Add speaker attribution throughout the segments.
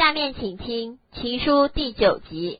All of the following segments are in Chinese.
Speaker 1: 下面请听《情书》第9集。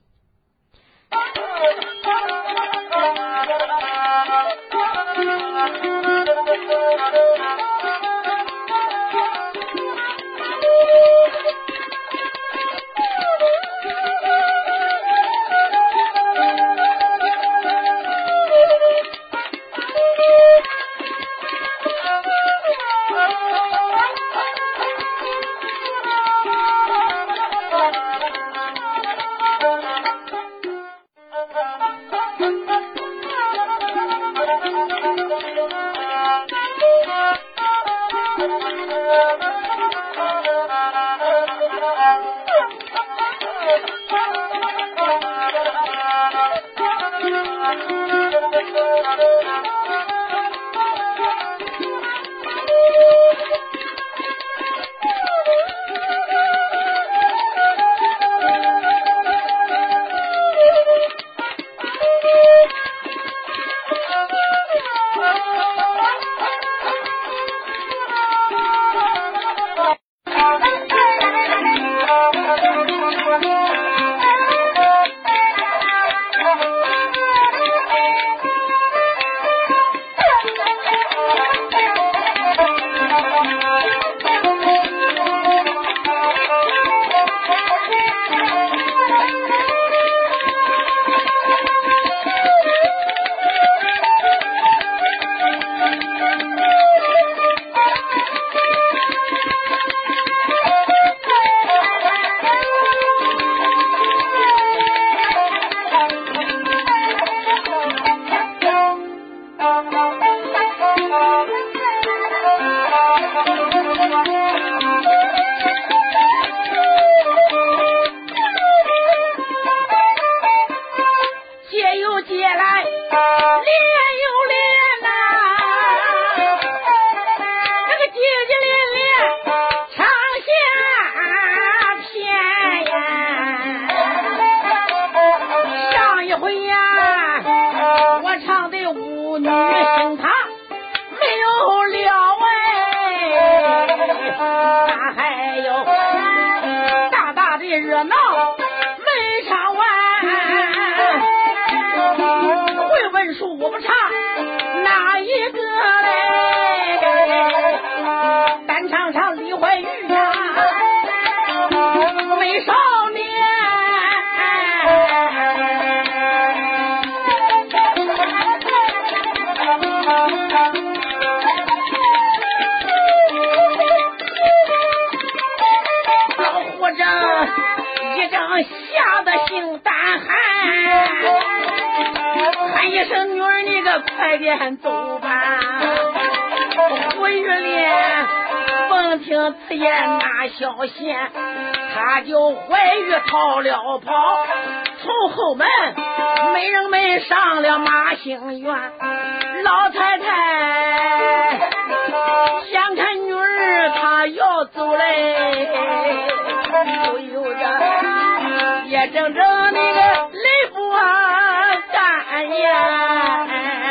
Speaker 2: 快点走吧！胡玉莲闻听此言哪消闲，他就怀玉逃了跑，从后门美人们上了马兴园。老太太眼看女儿她要走嘞，不由得也整整那个泪不干呀。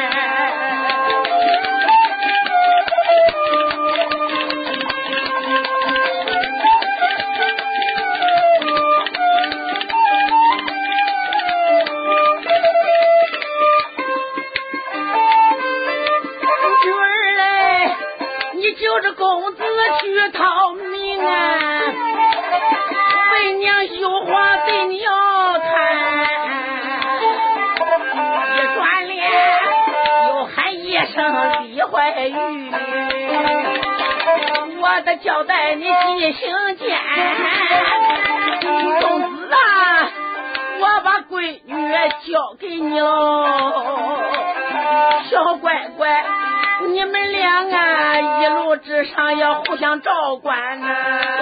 Speaker 2: 就是公子去讨命啊，为娘有话对你要谈。一转脸又喊一声李怀玉，我的交代你记行间。公子啊，我把闺女交给你喽，小乖乖。你们俩啊，一路之上要互相照管呐、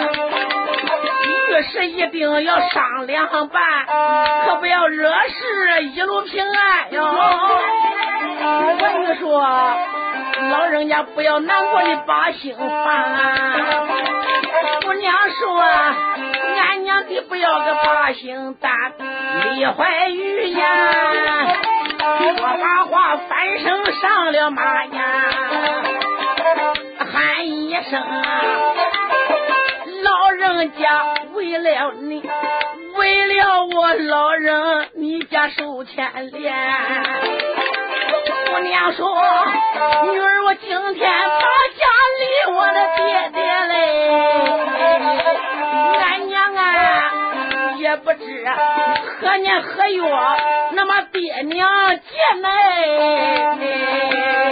Speaker 2: 遇事一定要商量办，可不要惹事，一路平安哟。我跟你说，老人家不要难过你把心烦啊。我娘说，俺娘的不要个把心担，李怀玉呀。我把话翻身上了马呀，喊一声老人家为了你，为了我老人，你家受牵连。姑娘说，女儿我今天把家离我的爹爹嘞，俺娘啊也不知何年何月那么爹娘见嘞。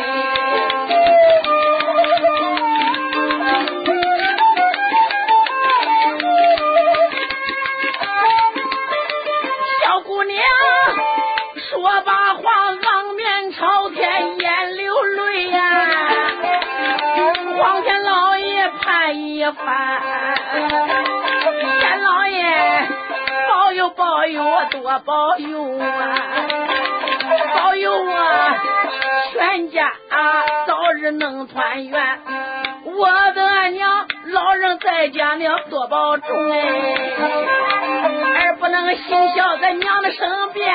Speaker 2: 小姑娘说把话昂面朝天眼流泪呀，皇天老爷判一番，天老爷保佑保佑我多保佑啊，保佑我全家早日能团圆，我的娘老人在家娘多保重而不能行孝在娘的身边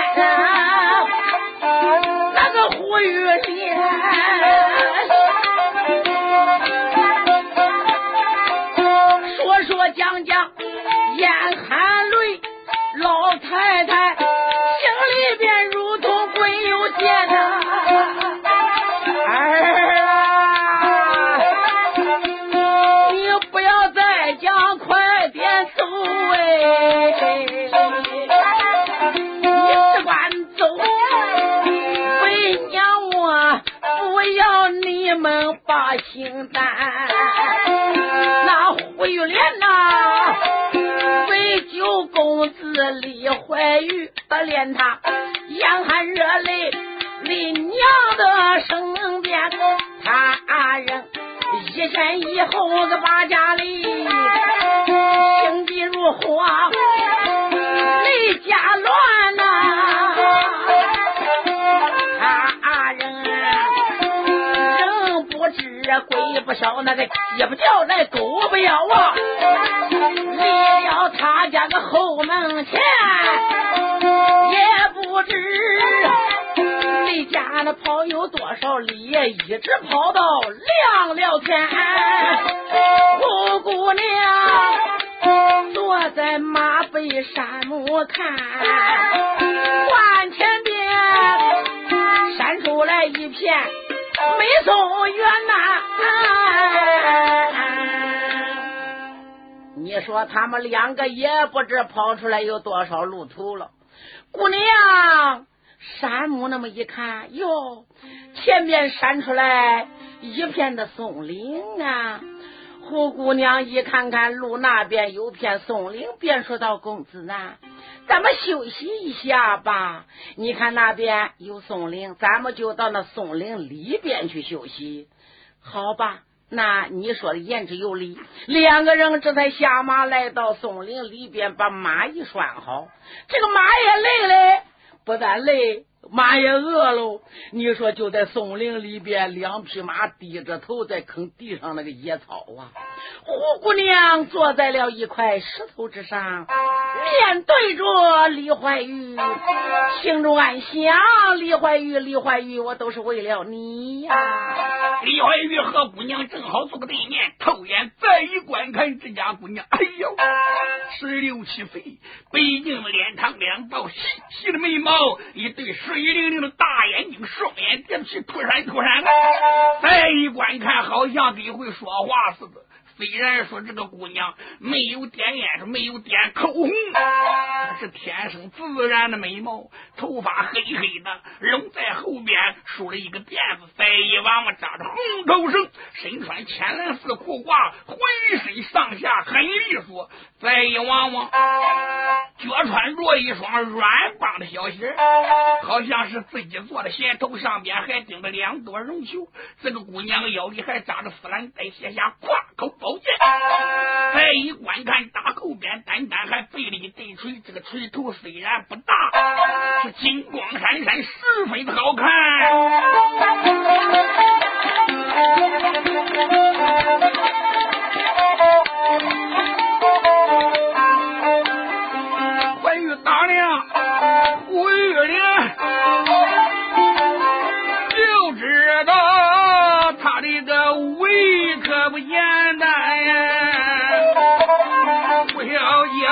Speaker 2: 那个胡玉莲说讲讲眼含泪，老太太心里边如同滚油煎你不要再讲，快点走你只管走，为娘我不要你们把心担。那胡玉莲为救公子李怀玉，连他眼含热泪离娘的身边，他人一前一后的把家里心急如火，离家乱他人不知鬼不晓，那个鸡不叫那狗不咬离了他家个后门前，也不知离家那跑有多少里，一直跑到亮了天。胡姑娘坐在马背山木看，关前边闪出来一片美松园你说他们两个也不知跑出来有多少路途了。姑娘山木那么一看，哟，前面闪出来一片的松林胡姑娘一看看路那边有片松林，便说到公子咱们休息一下吧，你看那边有松林，咱们就到那松林里边去休息。好吧，那你说的言之有理。两个人这才下马来到松林里边，把马一拴好。这个马也累嘞，不但累，马也饿喽。你说就在松林里边，两匹马低着头在啃地上那个野草胡姑娘坐在了一块石头之上，面对着李怀玉，心中暗想，李怀玉我都是为了你呀。
Speaker 3: 李怀玉和姑娘正好坐个对面，透眼再一观看这家姑娘，哎呦，16、17岁，北京的脸庞，两道细细的眉毛，一对水灵灵的大眼睛，双眼点起突闪再一观看好像跟会说话似的。虽然说这个姑娘没有点胭脂，没有点口红，她是天生自然的美貌，头发黑黑的，拢在后边梳了一个辫子，再一往扎着红头绳，身穿浅蓝色裤褂，浑身上下很利索，再一往脚穿着一双软棒的小鞋，好像是自己做的鞋，头上边还顶着2朵绒球。这个姑娘腰里还扎着丝兰带斜下胯口宝剑，再一观看大后边单单还背了一对锤，这个锤头虽然不大，是金光闪闪，十分的好看。怀玉大娘胡玉莲就知道他的个胃可不简单呀，不要紧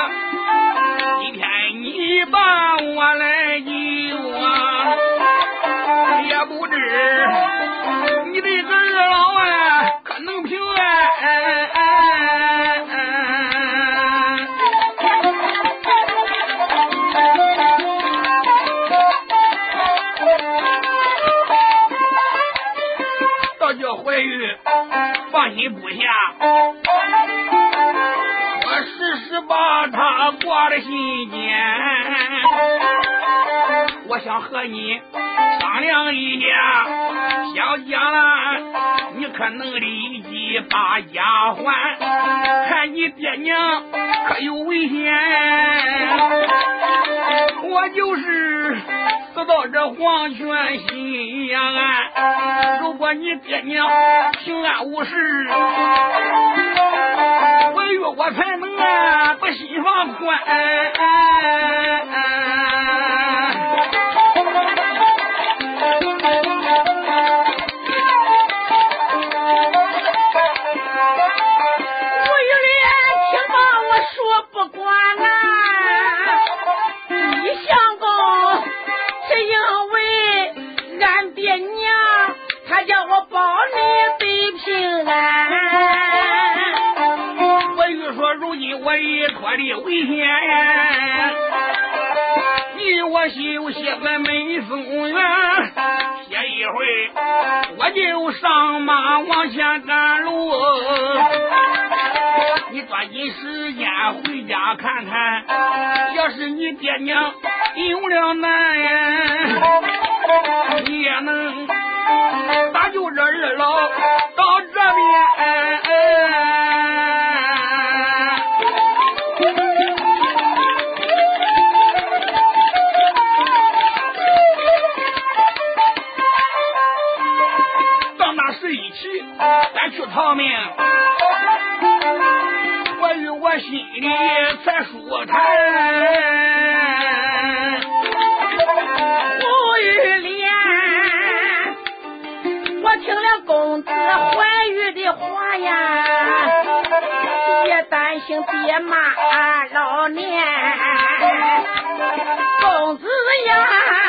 Speaker 3: 把他挂在心间。我想和你商量一下，小家了，你可能立即把家还，看你爹娘可有危险。我就是死到这黄泉心呀，如果你爹娘平安无事，唯有我才能把心房宽。我已脱离危险，你我休息在美松园，歇一会我就上马往前赶路。你抓紧时间回家看看，要是你爹娘有了难，你也能搭救这二老到这边。咱去逃命，我与我心里才舒坦。
Speaker 2: 吴玉莲，我听了公子怀玉的话呀，也担心爹妈老年。公子呀，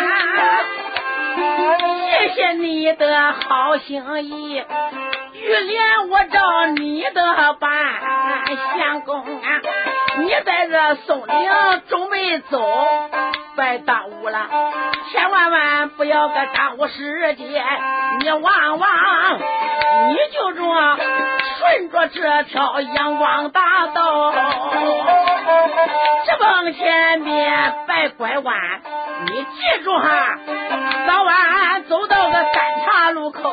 Speaker 2: 谢谢你的好心意，玉莲我照你的办。相公啊，你在这松岭准备走，别耽误了，千万不要个耽误时间。你望望，你就着顺着这条阳光大道，直往前面别拐弯，你记住哈，早晚走到个三岔路口，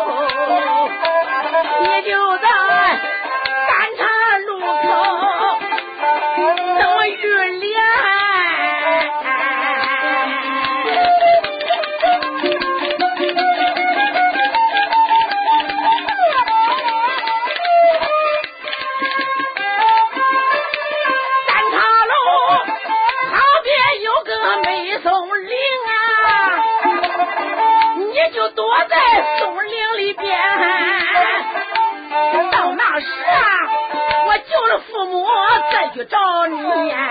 Speaker 2: 你就在三岔路口等我玉莲。躲在松林里边，到那时啊，我救了父母再去找你，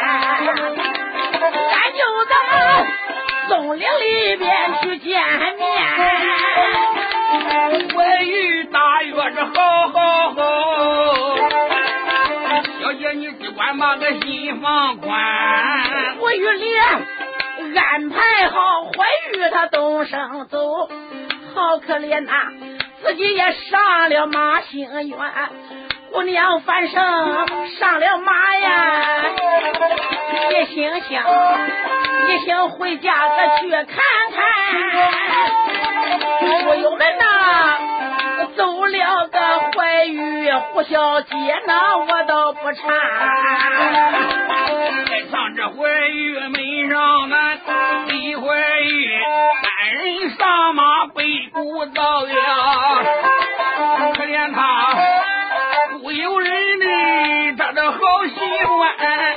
Speaker 2: 咱就在松林里边去见面。
Speaker 3: 为与大约是好，小姐你只管把个心放宽。
Speaker 2: 我玉莲安排好怀玉他东升走，好可怜呐，自己也上了马星院，姑娘反生上了马呀，也心想一心回家个去看看。书友们呐，走了个怀玉胡小姐呢，我倒不差。
Speaker 3: 再唱这怀玉没上难，李怀玉单人上马背骨造呀，可怜他不由人的他的好习惯。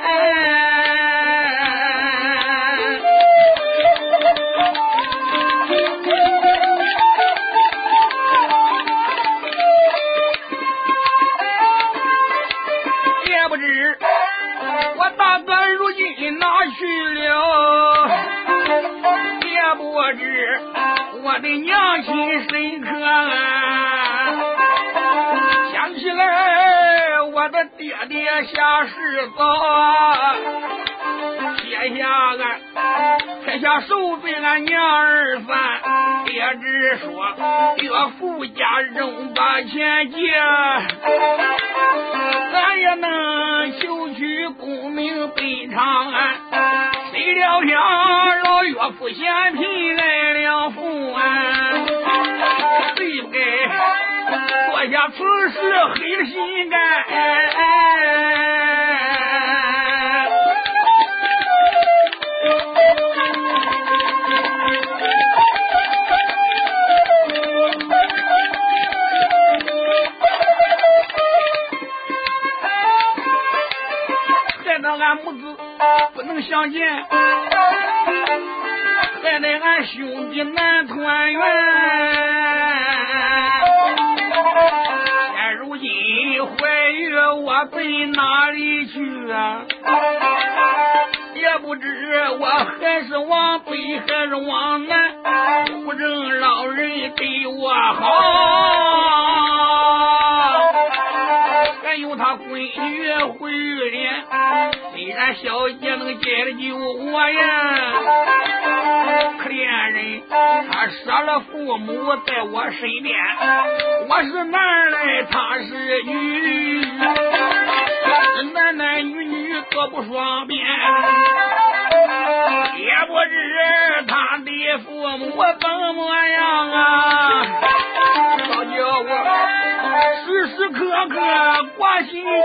Speaker 3: 也不知我大哥如今哪去了，也不知我的娘亲深刻啊。想起来我的爹爹下世早，谢下撇下受罪俺娘儿三，也只说岳父家仍把钱借，咱也能求取功名北长安。谁料想老岳父嫌贫来了富安，对不对？做下此事黑了心肝。害得俺母子不能相见，害得俺兄弟难团圆。现如今怀孕我奔哪里去啊？也不知我还是往北还是往南，不认老人对我好，还有他闺女回莲，虽然小姐能接得救我呀，可怜人他杀了父母在我身边，我是男来他是女，男男女女各不双边，也不知他的父母怎么样啊，早叫我时时刻刻挂心间。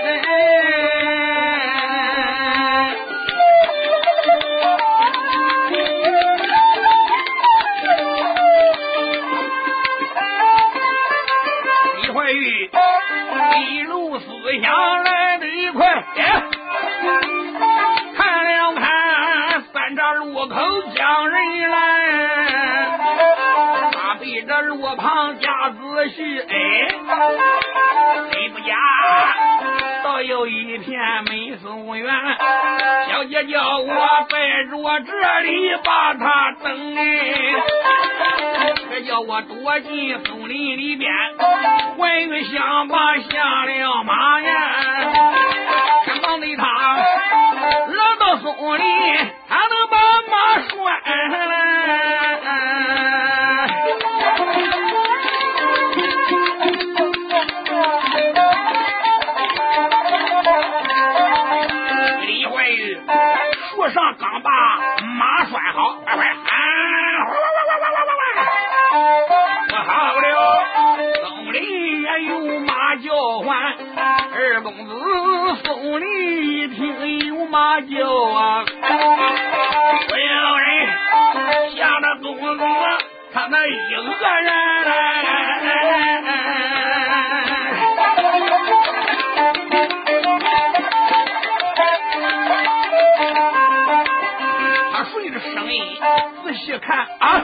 Speaker 3: 李怀玉一路思想来得快，看了看三岔路口将人来，他背着路旁夹仔细，黑不家倒有一片美松园，小姐叫我在着这里把他等，还叫我躲进松林里边，怀孕想把下了马呀，想当的他来到松林，他能把马拴来。李怀玉树上刚把马拴好，不好了，松林也有马叫唤，二公子松林一听有马叫啊，不要人吓得公子他那一个人他顺着声音仔细看啊，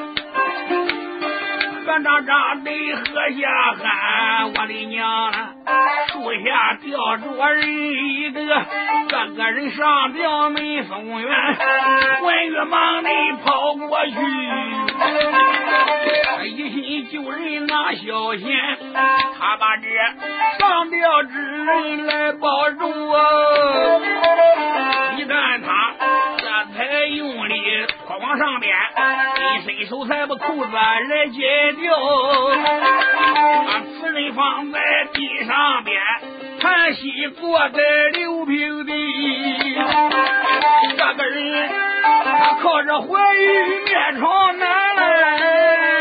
Speaker 3: 喳喳的喝下喊，我的娘啊，树下吊着人一个，这个人上吊没松园，怀玉忙的跑过去，一心救人拿小钱，他把这上吊之人来抱住啊，一看他这才用力拖往上边，一伸手才把裤子来解掉，把此人放在地上边，盘膝坐在柳平地，这个人他靠着怀玉面朝南来，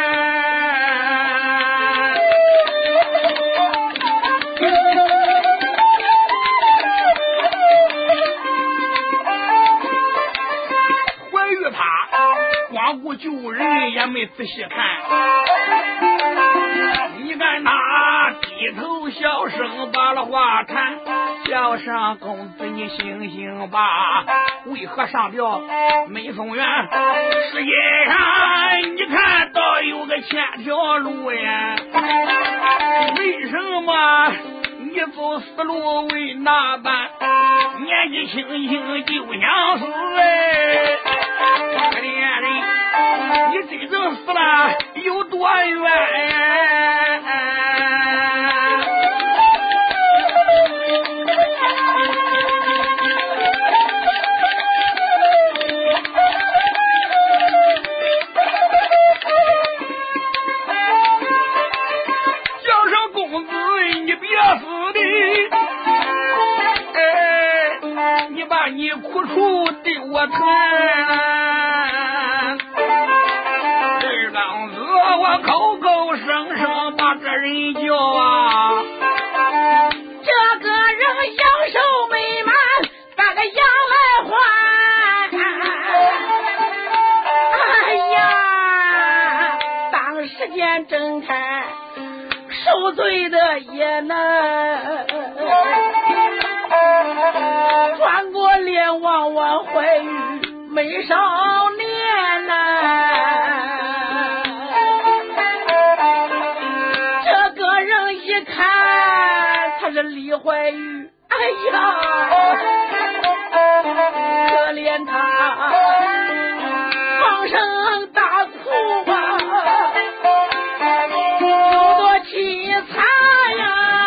Speaker 3: 怀玉他光顾救人也没仔细看，你看他低头小声把了话谈，叫上公子你醒醒吧，为何上吊没松园？世界上你看倒有个千条路呀，为什么你走死路为哪般？年纪轻轻就想死可怜人，你真正死了有多远？ 把你苦楚对我谈。二刚子我口口声声把这人叫啊，
Speaker 2: 这个人享受美满，把个羊来还。哎呀，当时间睁开受罪的也难，转过脸望望怀玉美少年呐，这个人一看他是李怀玉，哎呀，可怜他放声大哭啊，有多凄惨呀，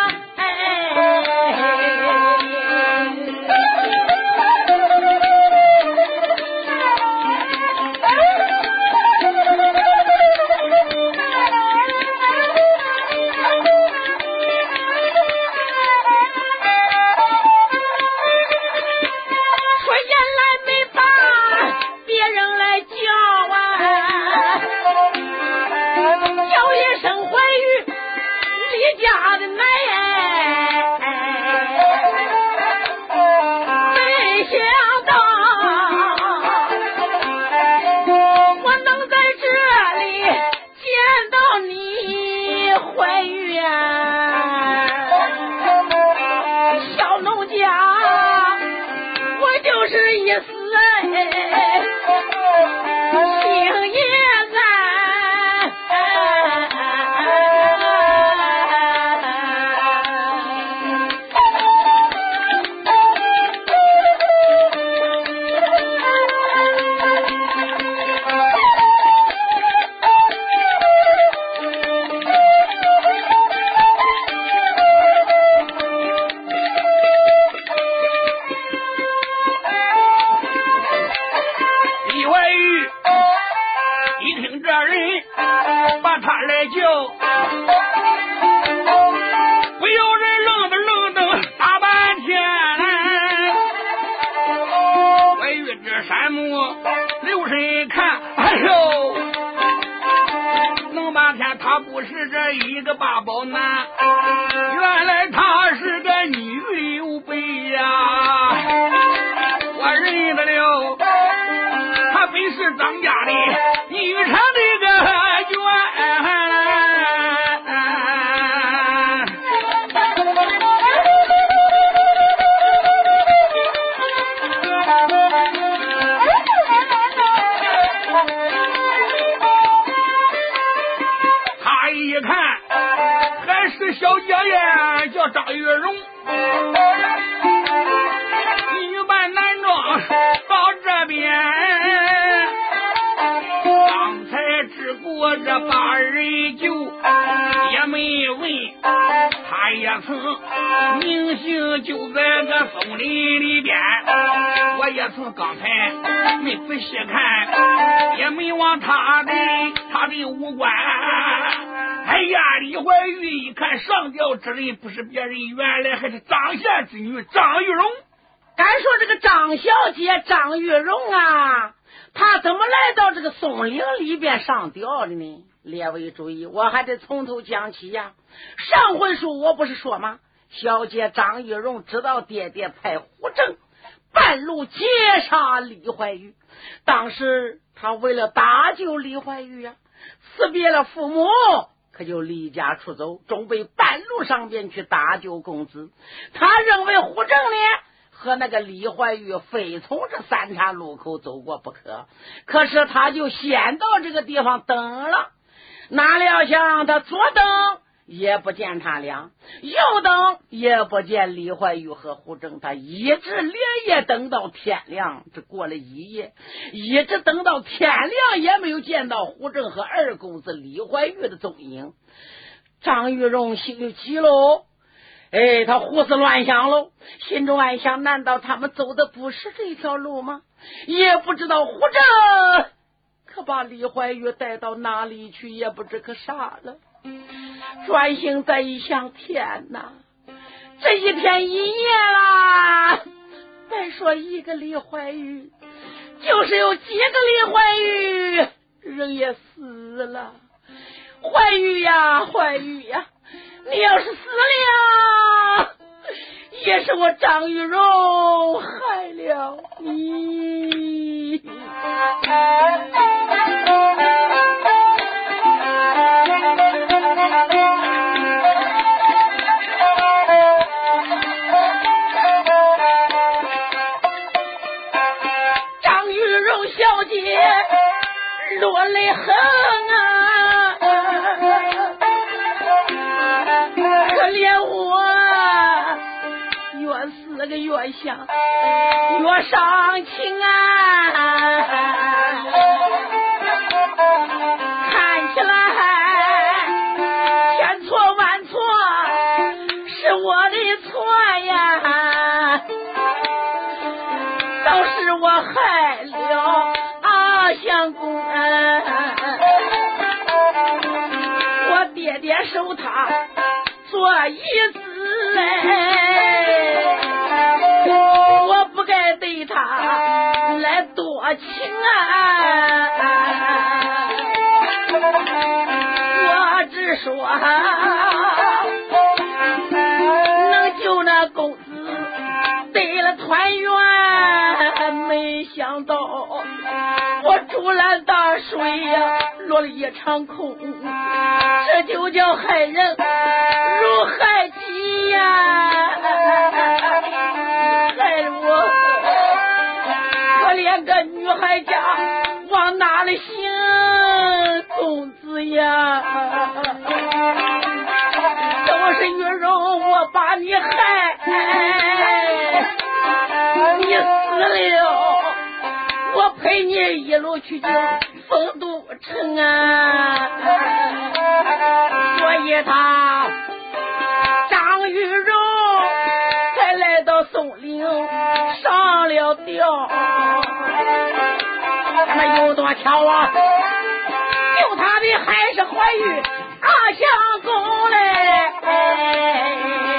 Speaker 3: 不是别人，原来还是张县之女张玉荣。
Speaker 2: 敢说这个张小姐张玉荣啊，她怎么来到这个松岭里边上吊的呢？列位注意，我还得从头讲起呀。上回书我不是说吗？小姐张玉荣知道爹爹派胡正半路截杀李怀玉，当时他为了搭救李怀玉呀，辞别了父母，可就离家出走，准备半路上边去搭救公子。他认为胡正呢和那个李怀玉非从这三岔路口走过不可，可是他就先到这个地方等了，哪料想他左等也不见他俩，右等也不见李怀玉和胡正，他一直连夜等到天亮，这过了一夜，一直等到天亮也没有见到胡正和二公子李怀玉的踪影。张玉荣心里急喽，他胡思乱想喽，心中暗想，难道他们走的不是这条路吗？也不知道胡正可把李怀玉带到哪里去，也不知可啥了。转心再一想，天哪，这一天一夜啦， 别说一个李怀玉，就是有几个李怀玉，人也死了。怀玉呀，怀玉呀，你要是死了，也是我张玉荣害了你。张玉荣小姐落泪横啊，可怜我越死个越想越伤情啊，看起来千错万错是我的错呀，都是我害了相公，我爹爹收他做义子，我不该对他来多情我只说能救那公子得了团圆，没想到我竹篮打水呀，落了一场空，这就叫害人如害己呀，害我可怜个女孩家往哪里行，公子呀，都是玉荣我把你害，你死了我陪你一路去进丰都城啊，所以他张玉荣才来到松岭上了吊，那有多巧啊，救他的还是怀玉相公嘞，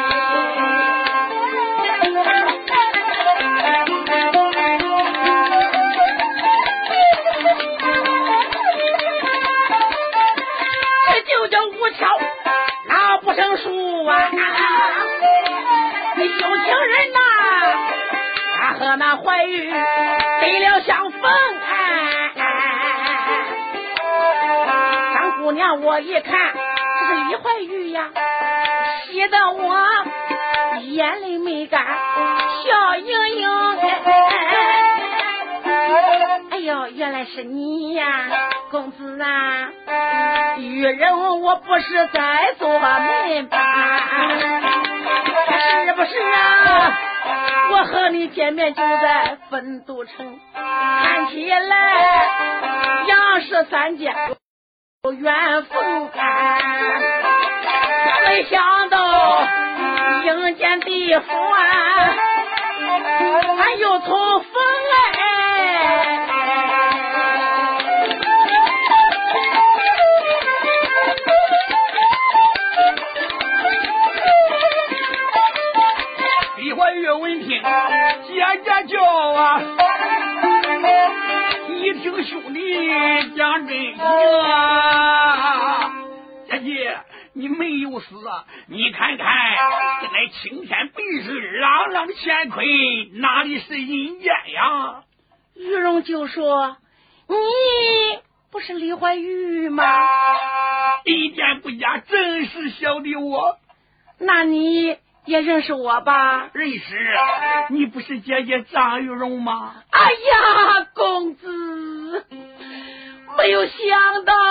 Speaker 2: 那不成数啊！有情人呐，他和那怀玉得了相逢张姑娘我一看这是李怀玉呀，喜得我眼泪没干，笑盈盈。哎呦，原来是你呀，公子啊！玉人我不是在做梦吧？是不是啊？我和你见面就在丰都城，看起来杨氏三家有缘分没想到阴间地府还有重逢
Speaker 3: 李怀玉闻听家家叫啊，一听兄弟讲真情啊，姐姐你没有死啊，你看看现在青天白日朗朗的乾坤，哪里是阴间呀？
Speaker 2: 玉荣就说你不是李怀玉吗？
Speaker 3: 一点不假，真是小的我。
Speaker 2: 那你也认识我吧？
Speaker 3: 认识，你不是姐姐张玉荣吗？
Speaker 2: 哎呀，公子，没有想到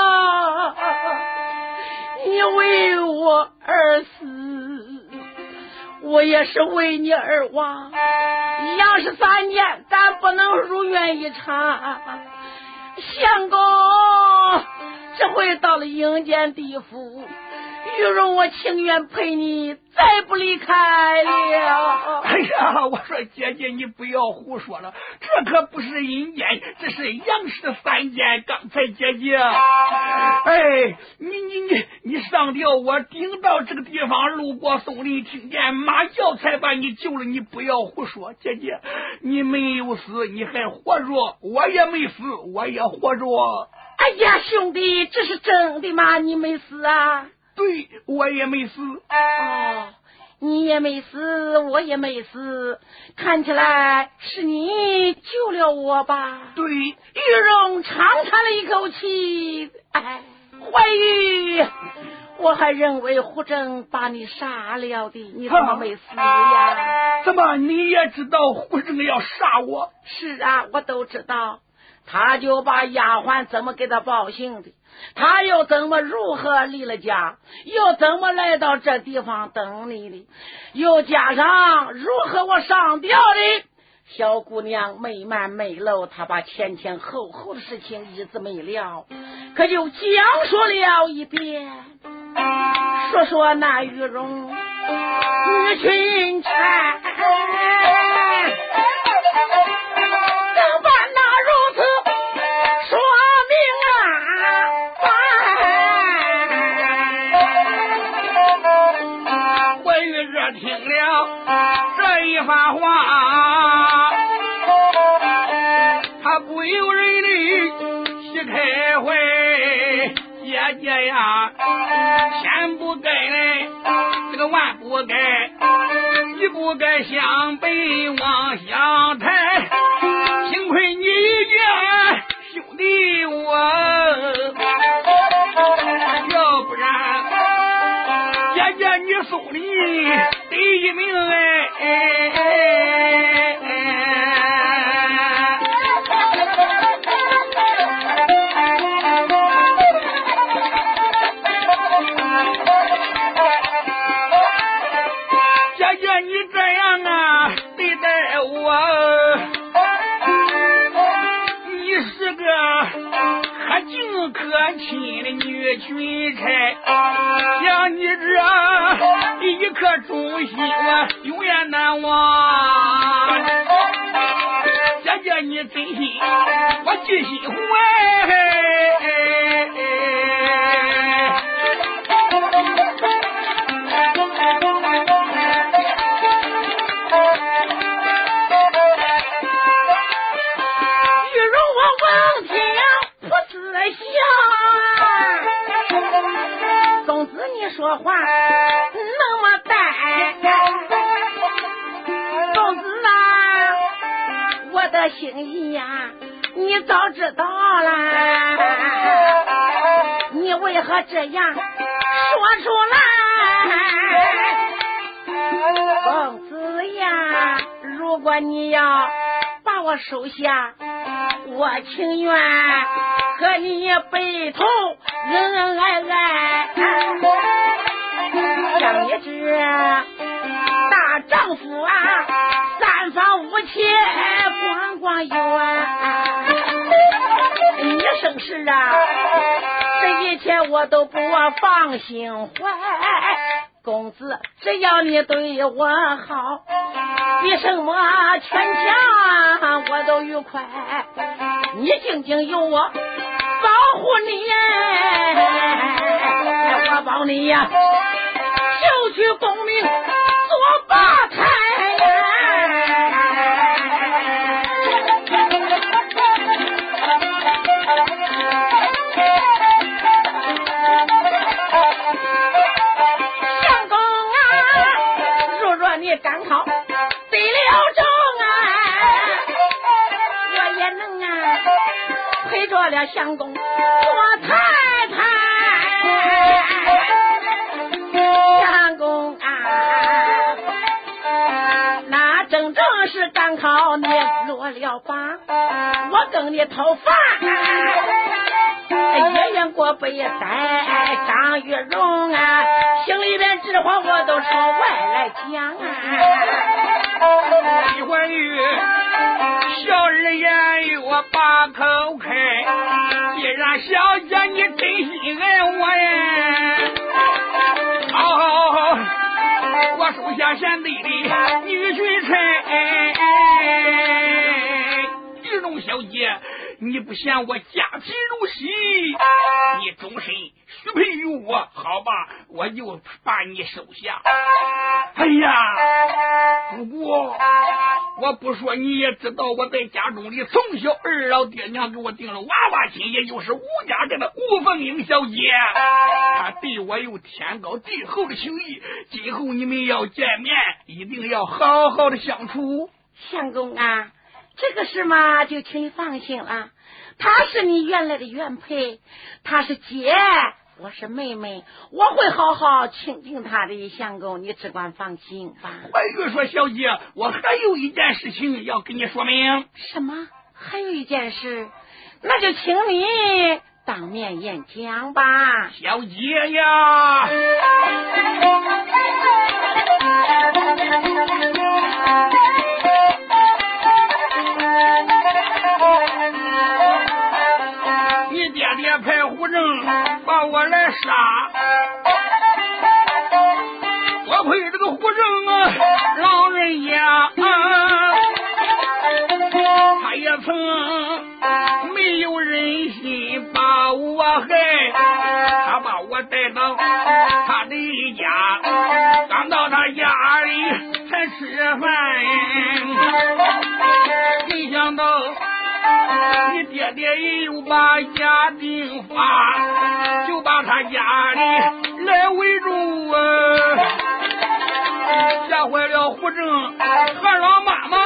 Speaker 2: 你为我而死，我也是为你而亡。杨氏三年，咱不能如愿以偿。相公这回到了阴间地府， 玉荣，我情愿陪你，再不离开了。
Speaker 3: 哎呀，我说姐姐，你不要胡说了，这可不是阴间，这是阳世三间。刚才姐姐，哎，你上吊，我顶到这个地方，路过松林，听见马叫，才把你救了。你不要胡说，姐姐，你没有死，你还活着，我也没死，我也活着。
Speaker 2: 哎呀，兄弟，这是真的吗？你没死啊？
Speaker 3: 对，我也没死。
Speaker 2: 哦，你也没死，我也没死，看起来是你救了我吧？
Speaker 3: 对，
Speaker 2: 玉荣长叹了一口气，哎，怀玉，我还认为胡正把你杀了的，你怎么没死呀？
Speaker 3: 怎么你也知道胡正要杀我？
Speaker 2: 是啊，我都知道。他就把丫鬟怎么给他报信的，他又怎么如何离了家，又怎么来到这地方等你的，又加上如何我上吊的。小姑娘没瞒没漏，她把前前后后的事情一字没了，可就讲述了一遍，说那玉荣女群产，怎把那如此说明啊？
Speaker 3: 怀玉这听了这一番话，他不由人的喜开怀。姐姐呀，千不该来，这个万不该，一不该向北往向抬，幸亏你一见兄弟我，要不然姐姐你送礼第一名可亲的女群差，像你这一颗忠心我永远难忘。姐姐你真心我记心怀，
Speaker 2: 玉荣我望天不自想，公子你说话那么呆，公子啊，我的心意呀，你早知道了，你为何这样说出来？公子呀，如果你要把我收下，我情愿和你白头恩恩爱爱，像你这大丈夫啊，三房五妾光光有啊，你生事啊，这一切我都不放心怀。公子只要你对我好，比什么全家我都愉快，你静静有我保护你，我保你呀就去功名做八台。相公啊，如若你赶考得了中啊，我也能啊陪着了相公做太太。相公啊，那正是赶考你落了榜，我跟你讨饭，也愿过北塞张玉荣啊，心里边这话我都朝外来讲啊。
Speaker 3: 李怀玉小儿言语我把口开，既然小姐你真心爱我呀， 我手下贤弟的女婿臣。玉龙小姐，你不嫌我家贫如洗，你终身许配于我，好吧，我就把你收下。哎呀，不过我不说你也知道，我在家中里从小二老爹娘给我定了娃娃亲，也就是吴家镇的吴凤英小姐，她对我有天高地厚的情谊，今后你们要见面，一定要好好的相处。
Speaker 2: 相公啊，这个事嘛，就请你放心了。她是你原来的原配，她是姐，我是妹妹，我会好好倾听她的。相公，你只管放心吧。
Speaker 3: 怀玉说：“小姐，我还有一件事情要跟你说明。”
Speaker 2: 什么？还有一件事？那就请你当面演讲吧。
Speaker 3: 小姐呀，你爹爹派虎正把我来杀，多亏这个虎正啊，老人家他也曾没有忍心把我害，他把我带到他的家，刚到他家里才吃饭，没想到你爹爹又把家丁发，就把他家里来围住吓坏了虎正和老妈妈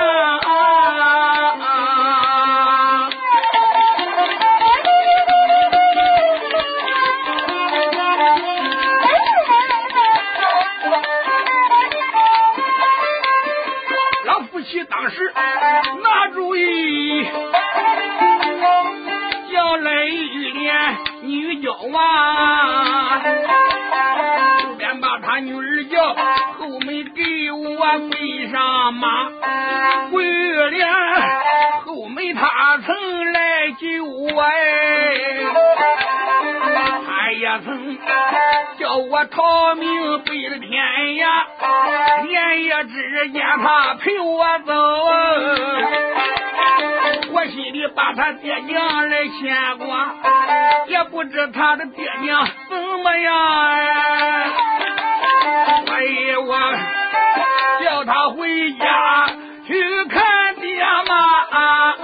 Speaker 3: 老夫妻当时拿主意，叫来一连女娇娃，后边把他女儿叫，后面给我跪上马，跪了后面他曾来救我，他也曾叫我逃命背了天涯，连夜之间他陪我走，我心里把他爹娘来牵挂，也不知他的爹娘怎么样所以我叫他回家去看爹妈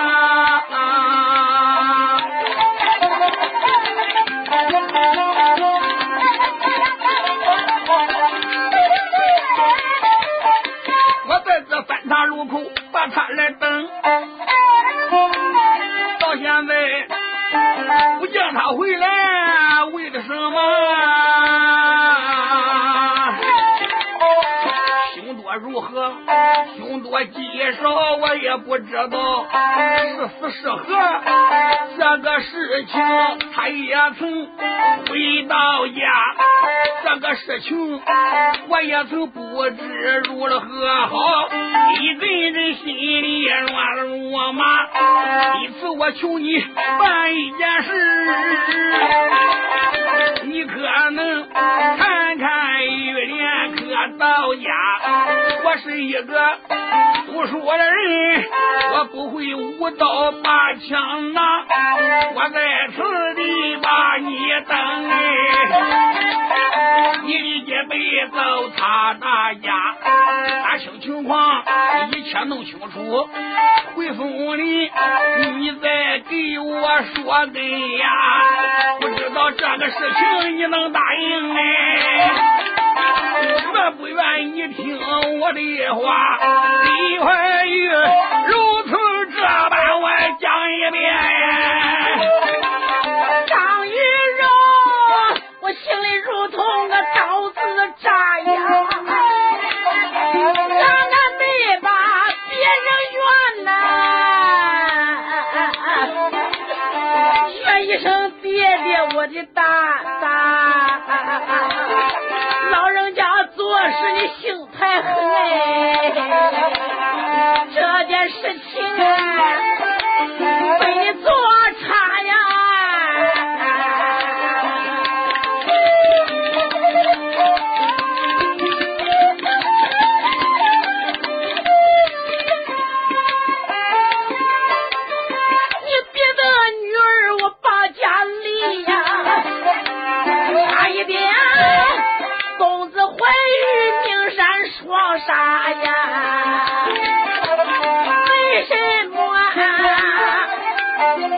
Speaker 3: 我在这三岔路口把他来等，到现在不见他回来，为了什么？凶多如何，凶多吉少，我也不知道是死是活。这个事情他也曾回到家，这个事情我也曾不知如何好，一阵阵心里乱如麻。因此我求你办一件事，你可能看看玉莲可到家。我是一个读书的人，我不会舞刀把枪拿，我在此地把你等你的姐妹到他那家，打清情况，一切弄清楚，回送你，你再给我说根呀，不知道这个事情你能答应愿不愿意听我的话？李怀玉如此这般我讲一遍。
Speaker 2: 张玉荣，我心里如同个刀子扎呀，咱没把别人怨怨一声爹爹，我的大老人家做事你性太狠这件事情被你做差呀。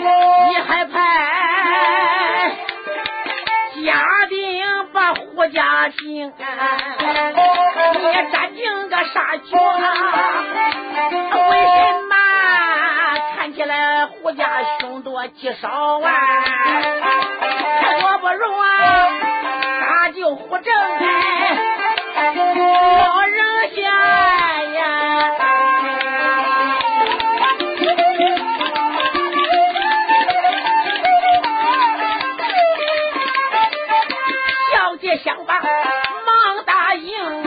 Speaker 2: 你还派家丁把胡家请，你也占尽个啥角？为什么看起来胡家凶多吉少啊？我不如大舅胡正老人家呀，小姐想法忙答应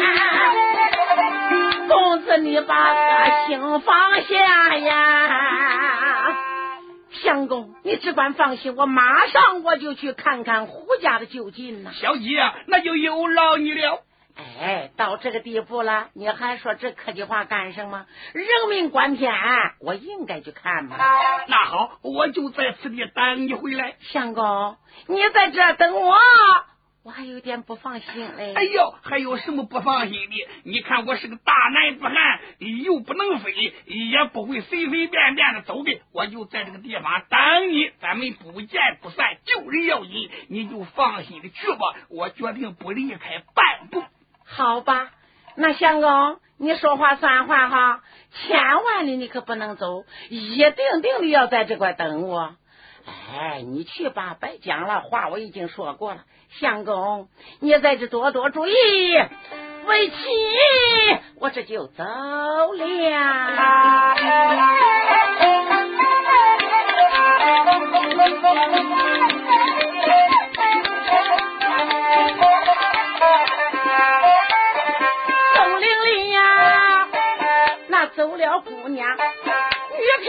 Speaker 2: 公子你把心放下呀。相公，你只管放心，我马上我就去看看胡家的究竟呢。
Speaker 3: 小姐啊，那就有劳你了。
Speaker 2: 哎，到这个地步了，你还说这客气话干什么？人命关天，我应该去看嘛。
Speaker 3: 那好，我就在此地等你回来。
Speaker 2: 相公，你在这等我，我还有点不放心嘞。
Speaker 3: 哎呦，还有什么不放心的？你看我是个大男子汉，又不能飞，也不会随随便便的走的，我就在这个地方等你，咱们不见不散，救人要紧，你就放心的去吧，我决定不离开半步。
Speaker 2: 好吧，那相公你说话算话哈，千万的你可不能走，一定的要在这块等我。哎，你去吧，别讲了，话我已经说过了。相公，你在这多多注意，为妻我这就走了。东陵里呀，那走了姑娘玉偏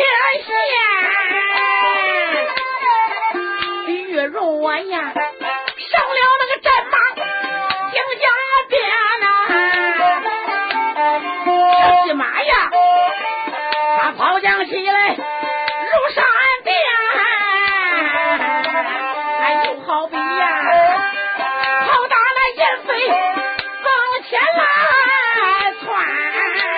Speaker 2: 仙，玉容我呀上了那个战马听家鞭呐，骑马呀他跑将起来如闪电，又好比呀好大那烟飞往前来窜。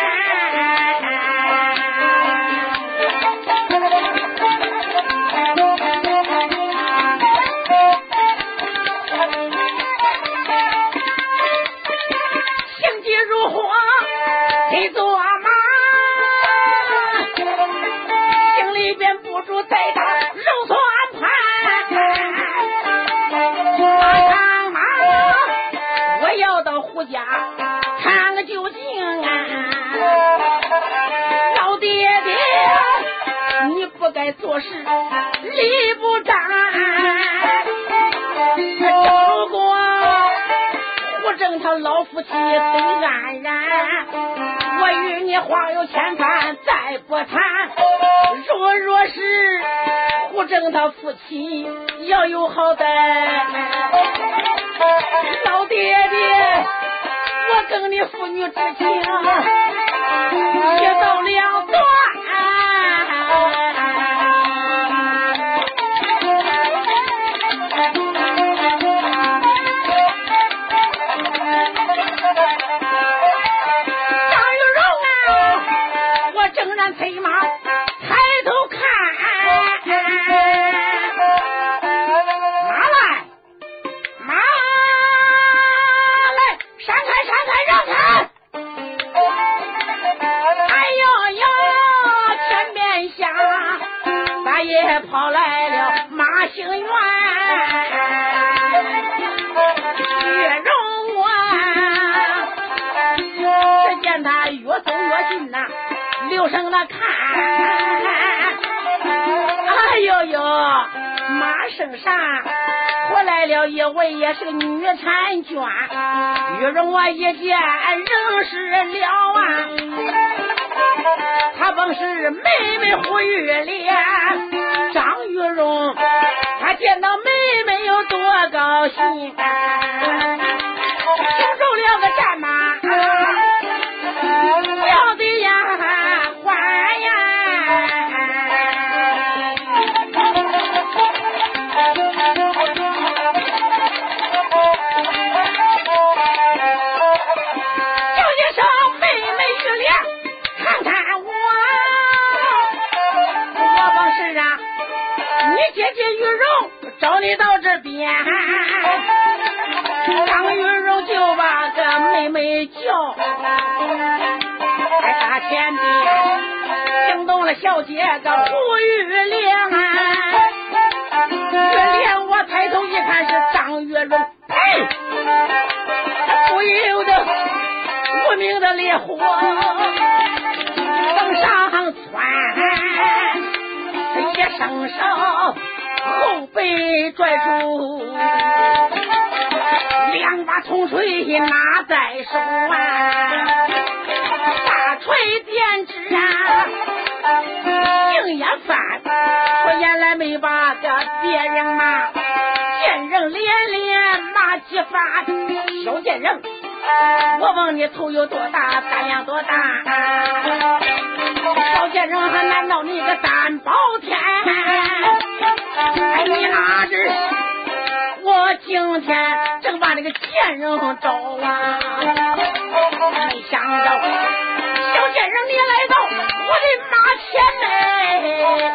Speaker 2: 性急如火一坐马，心里边不住再打肉酸盘，马上马我要到胡家看个究竟啊。老爹爹你不该做事理不当，如果胡正他老夫妻虽安然，我与你话有千番再不谈。若是胡正他夫妻要有好歹，老爹爹我跟你父女之情也到两断。催马抬头看，马来，闪开让开！哎呦呦，前边下大爷跑来了马行员，越容啊，只见他越走越近呐，留声的看，哎呦呦，马身上回来了一位也是个女婵娟，玉容我一见认识了啊，她本是妹妹胡玉莲，张玉容她见到妹妹有多高兴，听说了个战马要的呀还呀，叫一声妹妹玉莲看看我本事啊你姐姐玉荣找你到这边，张玉荣就把个妹妹叫，在他前边惊动了小姐个胡玉莲。玉莲我抬头一看是张玉荣，呸！不由得无名的烈火往上窜，一伸手后背拽住，两把铜锤拿在手大锤点指硬也翻，我原来没把个别人骂，见人连连骂几番。小贱人，我问你头有多大，胆量多大？小贱人，还难道你个胆包天？哎，你哪知我今天正把那个贱人找啊！没想到小贱人你来到我的马前来，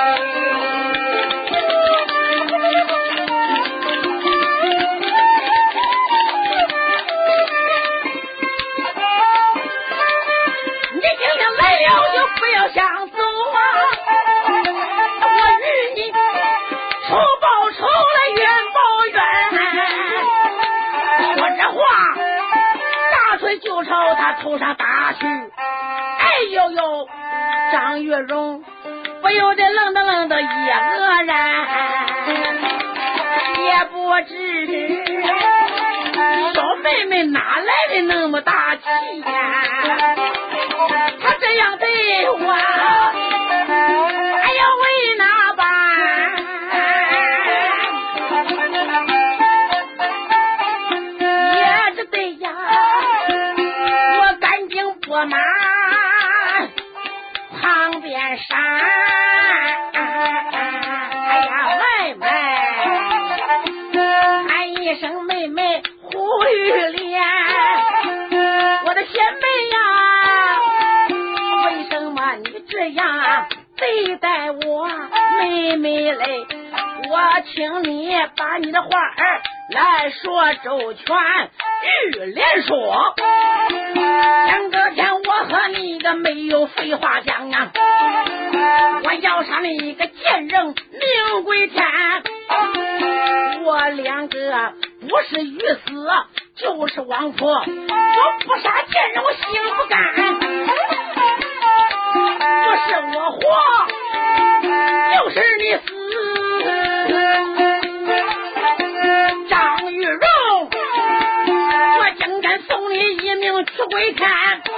Speaker 2: 你今天来了就不要想走啊！我与你仇报仇来冤报冤，说这话大锤就朝他头上打去。哎呦呦，张玉荣不由得愣登愣的一愕然，也不知小妹妹哪来的那么大气呀？她这样对我，哎呀为哪般？也是对呀，我赶紧拨马旁边闪。哎呀妹妹，喊一声妹妹胡玉莲，我的贤妹呀，为什么你这样对待我妹妹嘞？我请你把你的话儿来说周全。玉莲说，前个天我和你个没有废话讲啊，我要杀你一个贱人命归天，我两个不是鱼死就是亡夫，我不杀贱人我心不甘，不是我活就是你死。张玉荣，我今天送你一命去归天。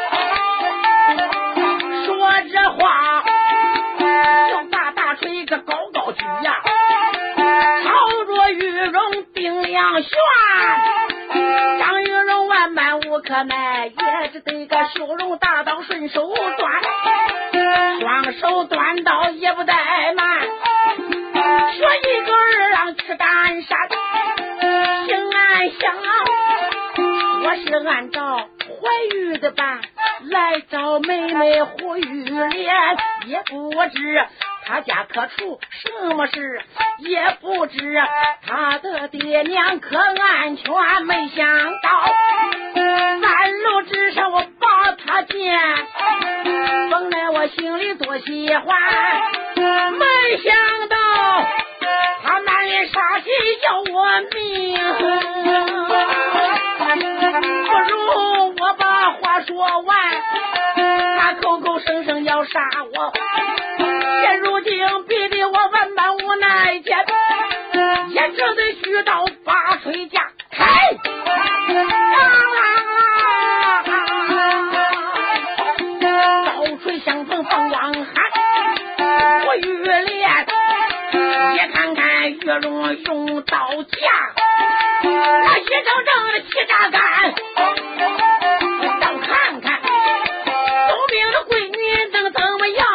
Speaker 2: 说这话就把大锤个高高举呀，朝着玉荣定两旋。张玉荣万般无可奈，也只得个修容大刀顺手端，双手端刀也不怠慢，学一个二郎去赶山。心暗想，我是按照怀玉的办来找妹妹胡玉莲，也不知他家可出什么事，也不知他的爹娘可安全。没想到半路之上我把他见，本来我心里多喜欢，没想到他满脸杀气要我命，不如我把话说完，他口口声声要杀我，现如今逼得我万般无奈间，也只得举刀把锤架开，刀锤相逢风王喊，我玉莲也看看玉荣用刀架，那一张张的气炸杆，倒看看聪明的闺女能怎么样？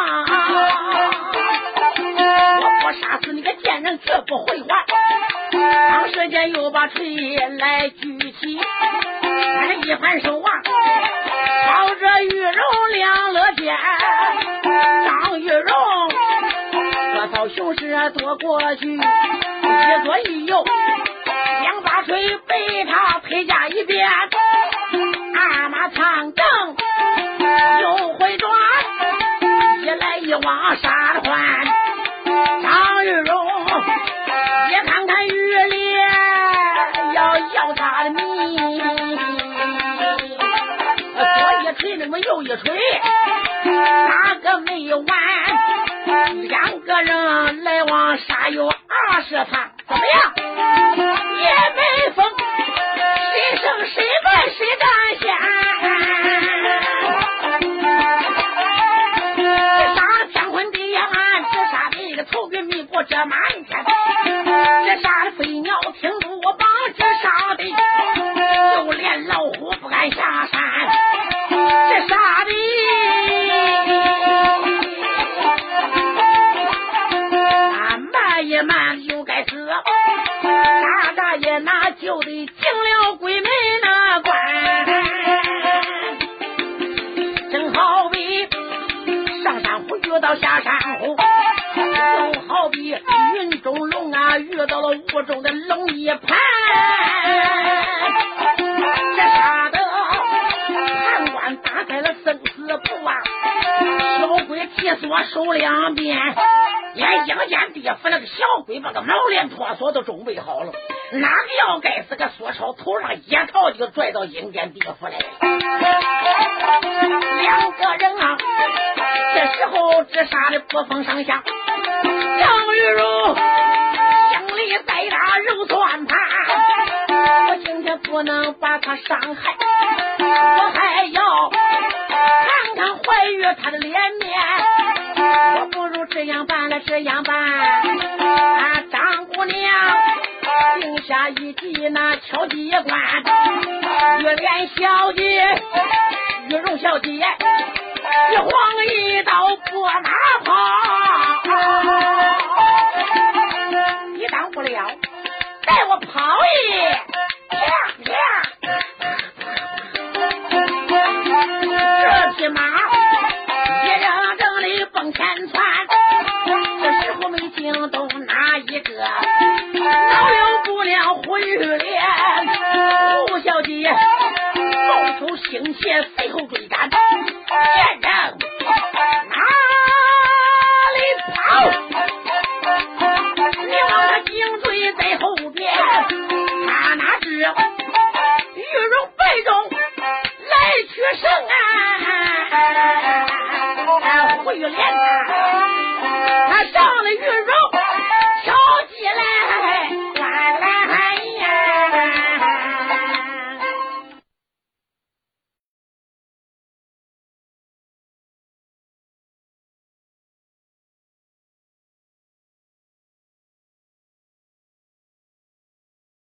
Speaker 2: 我不杀死你个贱人绝不回还。当时间又把锤来举起，他一反手啊，朝着玉荣两勒剑。张玉荣这曹兄就是躲过去，一左一右两把锤被他推下一边，二马长正又回转，一来一往杀得欢。张玉荣也看看玉莲要他的命，左一锤那么右一锤，哪个没完？两个人来往杀有20趟，怎么样？也没风，谁胜谁败谁占先。这杀天昏地暗，这杀那个头云密布这满天，这杀的飞鸟听住我帮，这杀的就连老虎不敢下山，这杀的也慢就该死，大爷那就得进了鬼门那关，正好比上山虎遇到下山虎，又好比云中龙啊遇到了雾中的龙一盘，这杀的判官打开了生死簿啊，小鬼铁锁手两边，连阴间地府那个小鬼把个毛链脱锁都准备好了，哪个要该是个锁朝头上一套就拽到阴间地府来了。两个人啊，这时候只杀的不分上下，张玉茹心里在打肉算盘，我今天不能把他伤害，我还要看看怀玉他的脸面，我不如这样办了，这样办啊！张姑娘定下一计，那敲击关，玉莲小姐、玉荣小姐，一晃一刀拨马跑，你当不了，带我跑也这匹马也让正里蹦前窜，这时候没惊动哪一个，老有姑娘胡玉莲，胡小姐冒出腥血随后追赶，见人哪里跑，你往他紧追在后边，他哪知玉荣败中来取胜啊！胡玉莲他上了玉荣